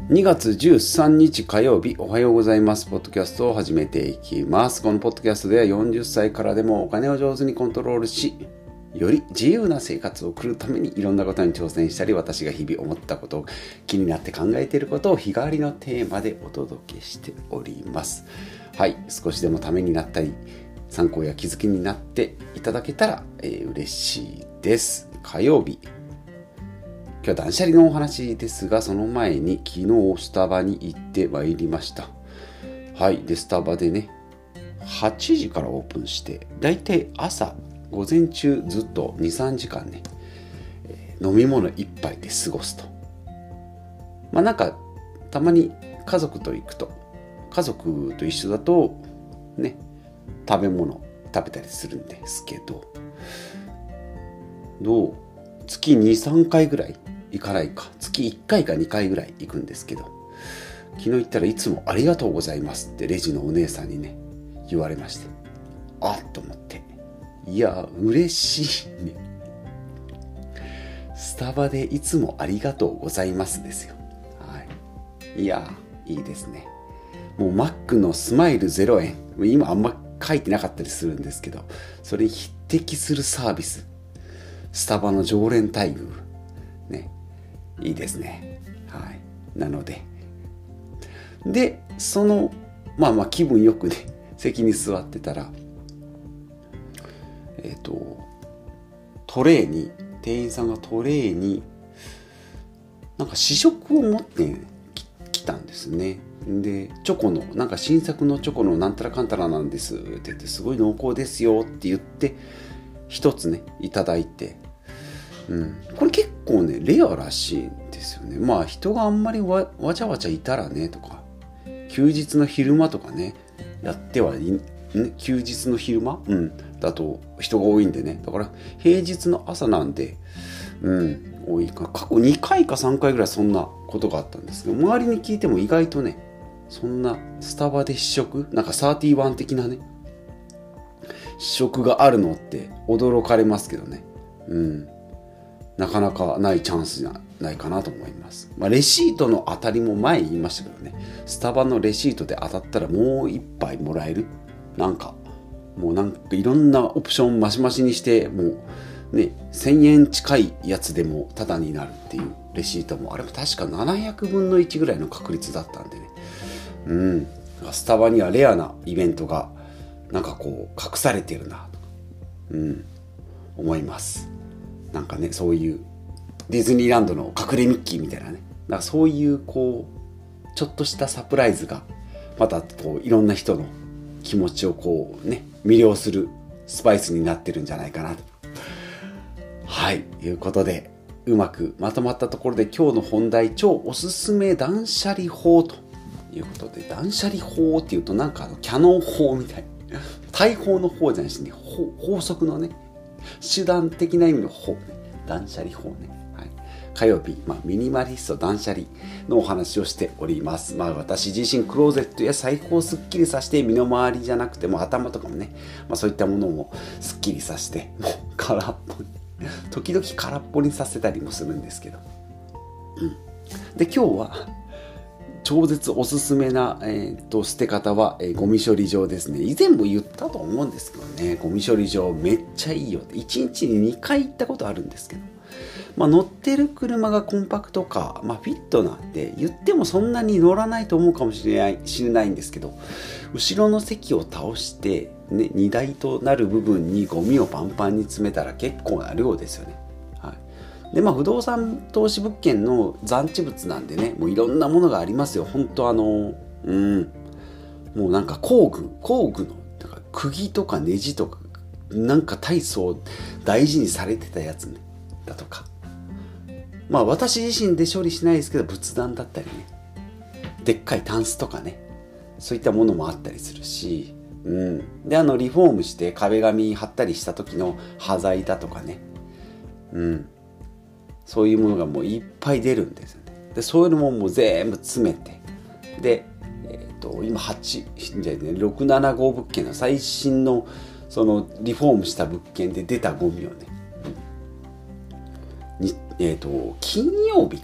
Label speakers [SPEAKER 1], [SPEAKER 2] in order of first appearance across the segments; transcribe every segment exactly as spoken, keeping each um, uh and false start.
[SPEAKER 1] にがつじゅうさんにち火曜日、おはようございます。ポッドキャストを始めていきます。このポッドキャストではよんじゅっさいからでもお金を上手にコントロールし、より自由な生活を送るためにいろんなことに挑戦したり、私が日々思ったことを気になって考えていることを日替わりのテーマでお届けしております。はい、少しでもためになったり、参考や気づきになっていただけたら、えー、嬉しいです。火曜日。今日は断捨離のお話ですが、その前に昨日スタバに行ってまいりました。はい。で、スタバでね、はちじからオープンして、だいたい朝、午前中ずっとに、さんじかんね、えー、飲み物一杯で過ごすと。まあなんか、たまに家族と行くと、家族と一緒だと、ね、食べ物食べたりするんですけど、どう月に、さんかいぐらい行かないか、月いっかいかにかいぐらい行くんですけど、昨日行ったらいつもありがとうございますってレジのお姉さんにね言われまして、あっと思って、いや嬉しいね。スタバでいつもありがとうございますですよ。はい、いやいいですね。もうマックのスマイルゼロえん、今あんま書いてなかったりするんですけど、それに匹敵するサービス、スタバの常連待遇ね、いいですね。はい。なのででそのまあまあ気分よくね席に座ってたら、えっとトレーに店員さんがトレーになんか試食を持ってきたんですね。でチョコのなんか新作のチョコのなんたらかんたらなんですって言って、すごい濃厚ですよって言って一つねいただいて、うん、これ結構ねレアらしいんですよね。まあ人があんまり わ, わちゃわちゃいたらねとか、休日の昼間とかねやってはい、ね、休日の昼間、うん、だと人が多いんでね、だから平日の朝なんで、うん、多いか。過去にかいかさんかいぐらいそんなことがあったんですけど、周りに聞いても意外とねそんなスタバで試食なんかサーティワン的なね試食があるのって驚かれますけどね、うん、なかなかないチャンスじゃないかなと思います。まあ、レシートの当たりも前言いましたけどね、スタバのレシートで当たったらもう一杯もらえる、なんかもうなんかいろんなオプションマシマシにして、もうねせんえん近いやつでもタダになるっていうレシートも、あれも確かななひゃくぶんのいちぐらいの確率だったんでね、うん、スタバにはレアなイベントがなんかこう隠されてるなと、うん、思います。なんかね、そういうディズニーランドの隠れミッキーみたいなね、なんかそういうこうちょっとしたサプライズがまたこういろんな人の気持ちをこうね魅了するスパイスになってるんじゃないかなと、はいいうことで、うまくまとまったところで今日の本題、超おすすめ断捨離法ということで、断捨離法っていうとなんかあのキャノン法みたいな、大砲の方じゃないしね、法則のね手段的な意味の法、ね、断捨離法ね、はい、火曜日、まあ、ミニマリスト断捨離のお話をしております。まあ、私自身クローゼットや財布をすっきりさせて、身の回りじゃなくても頭とかもね、まあ、そういったものもすっきりさせて、もう空っぽに時々空っぽにさせたりもするんですけど、うん、で今日は超絶おすすめな、えー、と捨て方は、えー、ゴミ処理場ですね。以前も言ったと思うんですけどね、ゴミ処理場めっちゃいいよって、いちにちににかい行ったことあるんですけど、まあ、乗ってる車がコンパクトカー、まあ、フィットなんで言ってもそんなに乗らないと思うかもしれない、知れないんですけど、後ろの席を倒して、ね、荷台となる部分にゴミをパンパンに詰めたら結構な量ですよね。でまあ、不動産投資物件の残地物なんでね、もういろんなものがありますよ。本当あのうんもうなんか工具工具のなんか釘とかネジとかなんか大層大事にされてたやつねだとか、まあ私自身で処理しないですけど仏壇だったりね、でっかいタンスとかね、そういったものもあったりするし、うん、であのリフォームして壁紙貼ったりした時の端材だとかね、うんそういうものがもういっぱい出るんですよね。でそういうのももう全部詰めて、で、えー、と今はちじゃねろくなな号物件の最新のそのリフォームした物件で出たゴミをね、にえー、と金曜日かな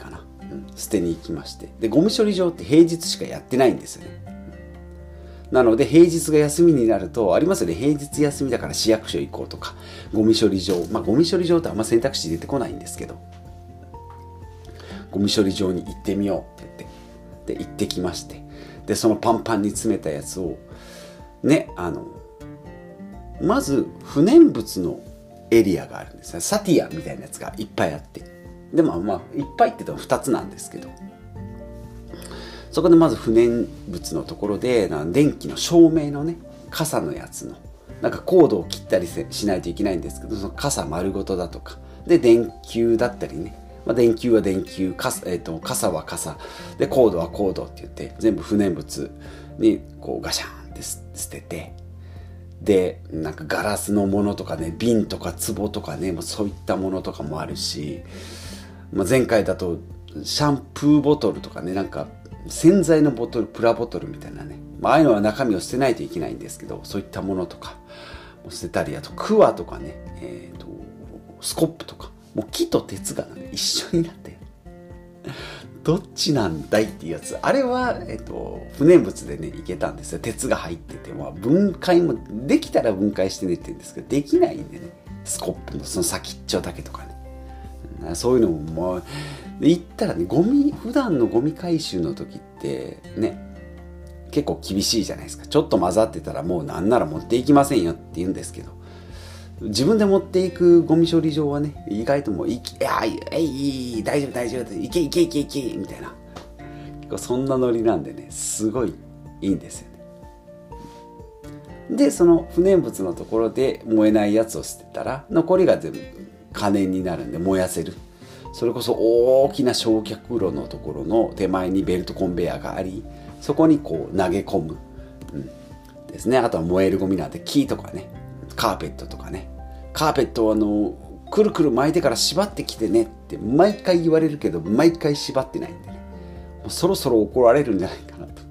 [SPEAKER 1] うん、捨てに行きまして、でゴミ処理場って平日しかやってないんですよね。なので平日が休みになるとありますよね。平日休みだから市役所行こうとか、ゴミ処理場、まあゴミ処理場ってあんま選択肢出てこないんですけど、ゴミ処理場に行ってみようって言ってで行ってきまして、でそのパンパンに詰めたやつをね、あのまず不燃物のエリアがあるんですね。サティアみたいなやつがいっぱいあって、でもまあいっぱいって言ってもふたつなんですけど、そこでまず不燃物のところで電気の照明のね、傘のやつのなんかコードを切ったりしないといけないんですけど、その傘丸ごとだとかで電球だったりね、まあ、電球は電球、傘、えーと、傘は傘でコードはコードって言って全部不燃物にこうガシャンって捨てて、でなんかガラスのものとかね、瓶とか壺とかね、もうそういったものとかもあるし、まあ、前回だとシャンプーボトルとかね、なんか洗剤のボトル、プラボトルみたいなね、まあ、ああいうのは中身を捨てないといけないんですけど、そういったものとかも捨てたり、あとクワとかね、えーとスコップとか、もう木と鉄が、ね、一緒になってどっちなんだいっていうやつ、あれは、えっと、不燃物でねいけたんですよ。鉄が入ってて、まあ、分解もできたら分解してねって言うんですけど、できないんでね、スコップのその先っちょだけとかね、そういうのももう言ったらね、ゴミ普段のゴミ回収の時ってね結構厳しいじゃないですか。ちょっと混ざってたらもうなんなら持っていきませんよって言うんですけど、自分で持っていくゴミ処理場はね、意外ともういき、いやいやいい大丈夫大丈夫、いけいけいけいけみたいな、結構そんなノリなんでね、すごいいいんですよね。でその不燃物のところで燃えないやつを捨てたら、残りが全部可燃になるんで燃やせる。それこそ大きな焼却炉のところの手前にベルトコンベヤーがあり、そこにこう投げ込む、うん、ですね。あとは燃えるゴミなんで木とかね、カーペットとかね、カーペットをあのくるくる巻いてから縛ってきてねって毎回言われるけど、毎回縛ってないんでね、もうそろそろ怒られるんじゃないかなと。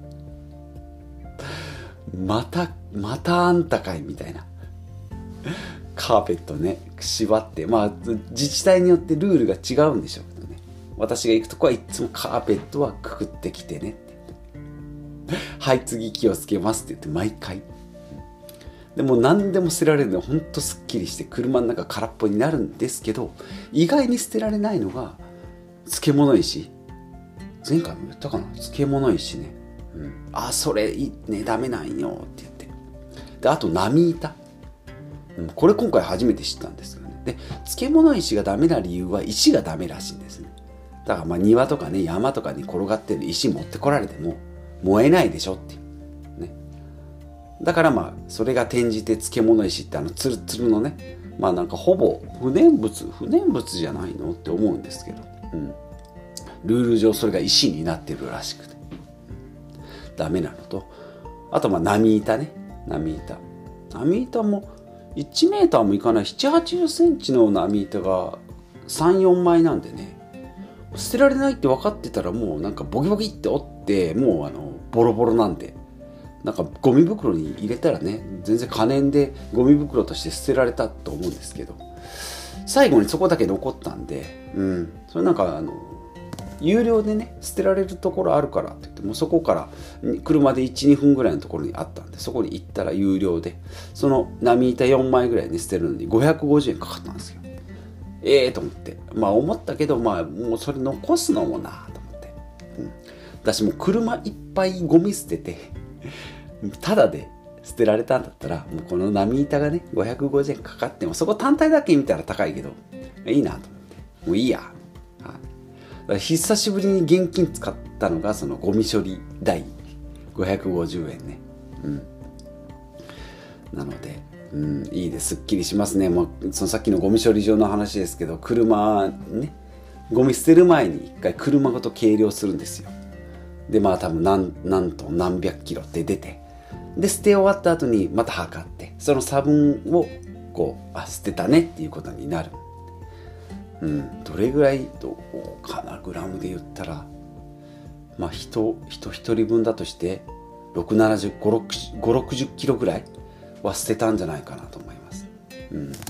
[SPEAKER 1] またまたあんたかいみたいな。カーペットね縛って、まあ自治体によってルールが違うんでしょうけどね、私が行くとこはいつもカーペットはくくってきてねって言って、はい次気をつけますって言って毎回。でも何でも捨てられるのはほんとすっきりして、車の中空っぽになるんですけど、意外に捨てられないのが漬物石。前回も言ったかな、漬物石ね、うん、あそれねダメなんよって言って、であと波板、うん、これ今回初めて知ったんですけどね。で漬物石がダメな理由は石がダメらしいんですね。だからまあ庭とかね山とかに転がってる石持ってこられても燃えないでしょっていう。だからまあそれが転じて漬物石ってあのツルツルのね、まあなんかほぼ不燃物不燃物じゃないのって思うんですけど、うん、ルール上それが石になってるらしくてダメなのと、あとまあ波板ね、波板波板もいちメーターもいかないななじゅうはちじゅっセンチの波板がさんよんまいなんでね、捨てられないって分かってたらもうなんかボキボキって折ってもうあのボロボロなんで、なんかゴミ袋に入れたらね全然可燃でゴミ袋として捨てられたと思うんですけど、最後にそこだけ残ったんで、うん、それなんかあの有料でね捨てられるところあるからって言って、もうそこから車でいちにふんぐらいのところにあったんで、そこに行ったら有料でその波板よんまいぐらいに捨てるのにごひゃくごじゅうえんかかったんですよ。ええー、と思って、まあ思ったけど、まあもうそれ残すのもなと思って、うん、私も車いっぱいゴミ捨ててただで捨てられたんだったら、もうこの波板がねごひゃくごじゅうえんかかっても、そこ単体だけ見たら高いけどいいなと思って、もういいや、はい、だから久しぶりに現金使ったのがそのゴミ処理代ごひゃくごじゅうえんね、うん、なので、うん、いいです、すっきりしますね。もうそのさっきのゴミ処理場の話ですけど、車ねゴミ捨てる前に一回車ごと計量するんですよ。でまあ多分何何トン何百キロって出て、で捨て終わった後にまた測って、その差分をこうあ捨てたねっていうことになる。うん、どれぐらいどうかな、グラムで言ったらまあ人人一人分だとしてろく、ななじゅう、ご、ろくじゅうキロぐらいは捨てたんじゃないかなと思います。うん、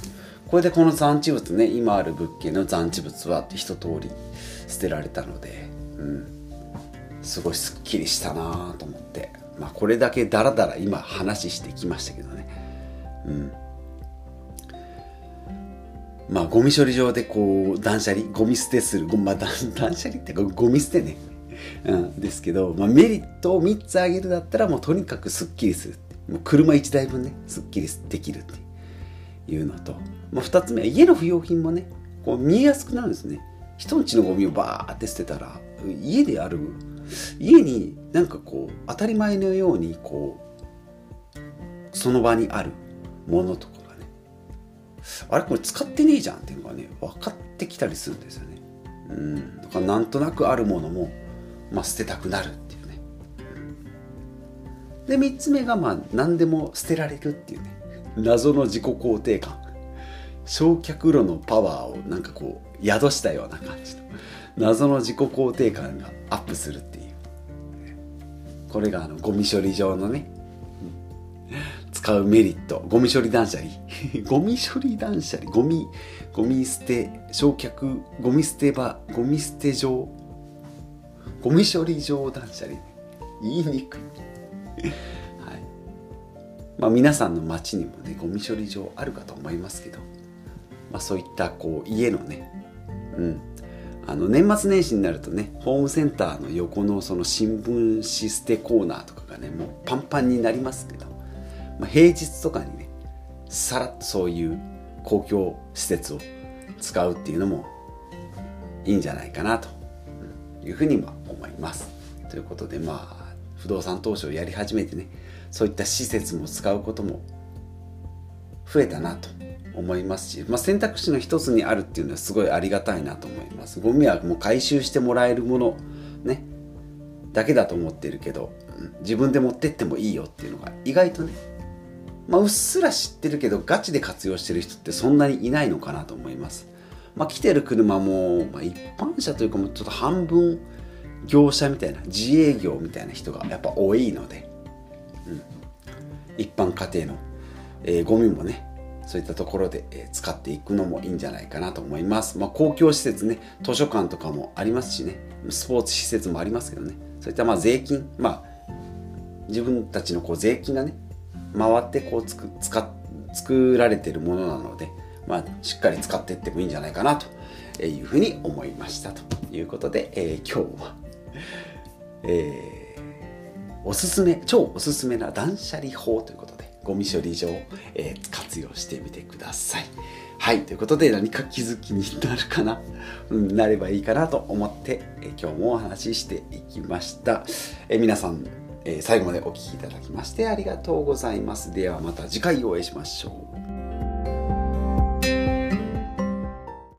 [SPEAKER 1] これでこの残地物ね、今ある物件の残地物は一通り捨てられたので、うん、すごいすっきりしたなと思って、まあこれだけダラダラ今話してきましたけどね、うん、まあゴミ処理場でこう断捨離、ゴミ捨てする、まあ、断捨離ってゴミ捨てね、うん、ですけど、まあ、メリットをみっつ挙げるだったらもうとにかくすっきりする、もう車いちだいぶんねすっきりできるっていうのと、まあ、ふたつめは家の不要品もねこう見えやすくなるんですね。人んちのゴミをバーって捨てたら、家である家になんかこう当たり前のようにこうその場にあるものとかがね、あれこれ使ってねえじゃんっていうのがね分かってきたりするんですよね。うん、だからなんとなくあるものも、まあ、捨てたくなるっていうね、うん、でみっつめがまあ何でも捨てられるっていうね、謎の自己肯定感、焼却炉のパワーをなんかこう宿したような感じの謎の自己肯定感がアップするっていう、これがあのゴミ処理場のね使うメリット、ゴミ処理断捨離ゴミ処理断捨離ゴミゴミ捨て焼却ゴミ捨て場ゴミ捨て場ゴミ処理場断捨離、言いにくいはい、まあ皆さんの街にもねゴミ処理場あるかと思いますけど、まあ、そういったこう家のね、うん、あの年末年始になるとねホームセンターの横のその新聞紙捨てコーナーとかがねもうパンパンになりますけど、まあ、平日とかにねさらっとそういう公共施設を使うっていうのもいいんじゃないかなというふうには思います。ということでまあ不動産投資をやり始めてねそういった施設も使うことも増えたなと思いますし、まあ、選択肢の一つにあるっていうのはすごいありがたいなと思います。ゴミはもう回収してもらえるものねだけだと思ってるけど、自分で持ってってもいいよっていうのが意外とね、まあ、うっすら知ってるけどガチで活用してる人ってそんなにいないのかなと思います。まあ、来てる車も、まあ、一般車というかもうちょっと半分業者みたいな自営業みたいな人がやっぱ多いので、うん、一般家庭の、えー、ゴミもねそういったところで、えー、使っていくのもいいんじゃないかなと思います。まあ、公共施設ね図書館とかもありますしねスポーツ施設もありますけどね、そういったまあ税金、まあ自分たちのこう税金がね回ってこうつく使っ作られているものなので、まあ、しっかり使っていってもいいんじゃないかなというふうに思いましたということで、えー、今日は、えー、おすすめ超おすすめな断捨離法ということでゴミ処理場を、えー、活用してみてください。はいということで何か気づきになるかな、うん、なればいいかなと思って、えー、今日もお話ししていきました。えー、皆さん、えー、最後までお聞きいただきましてありがとうございます。ではまた次回お会いしましょう。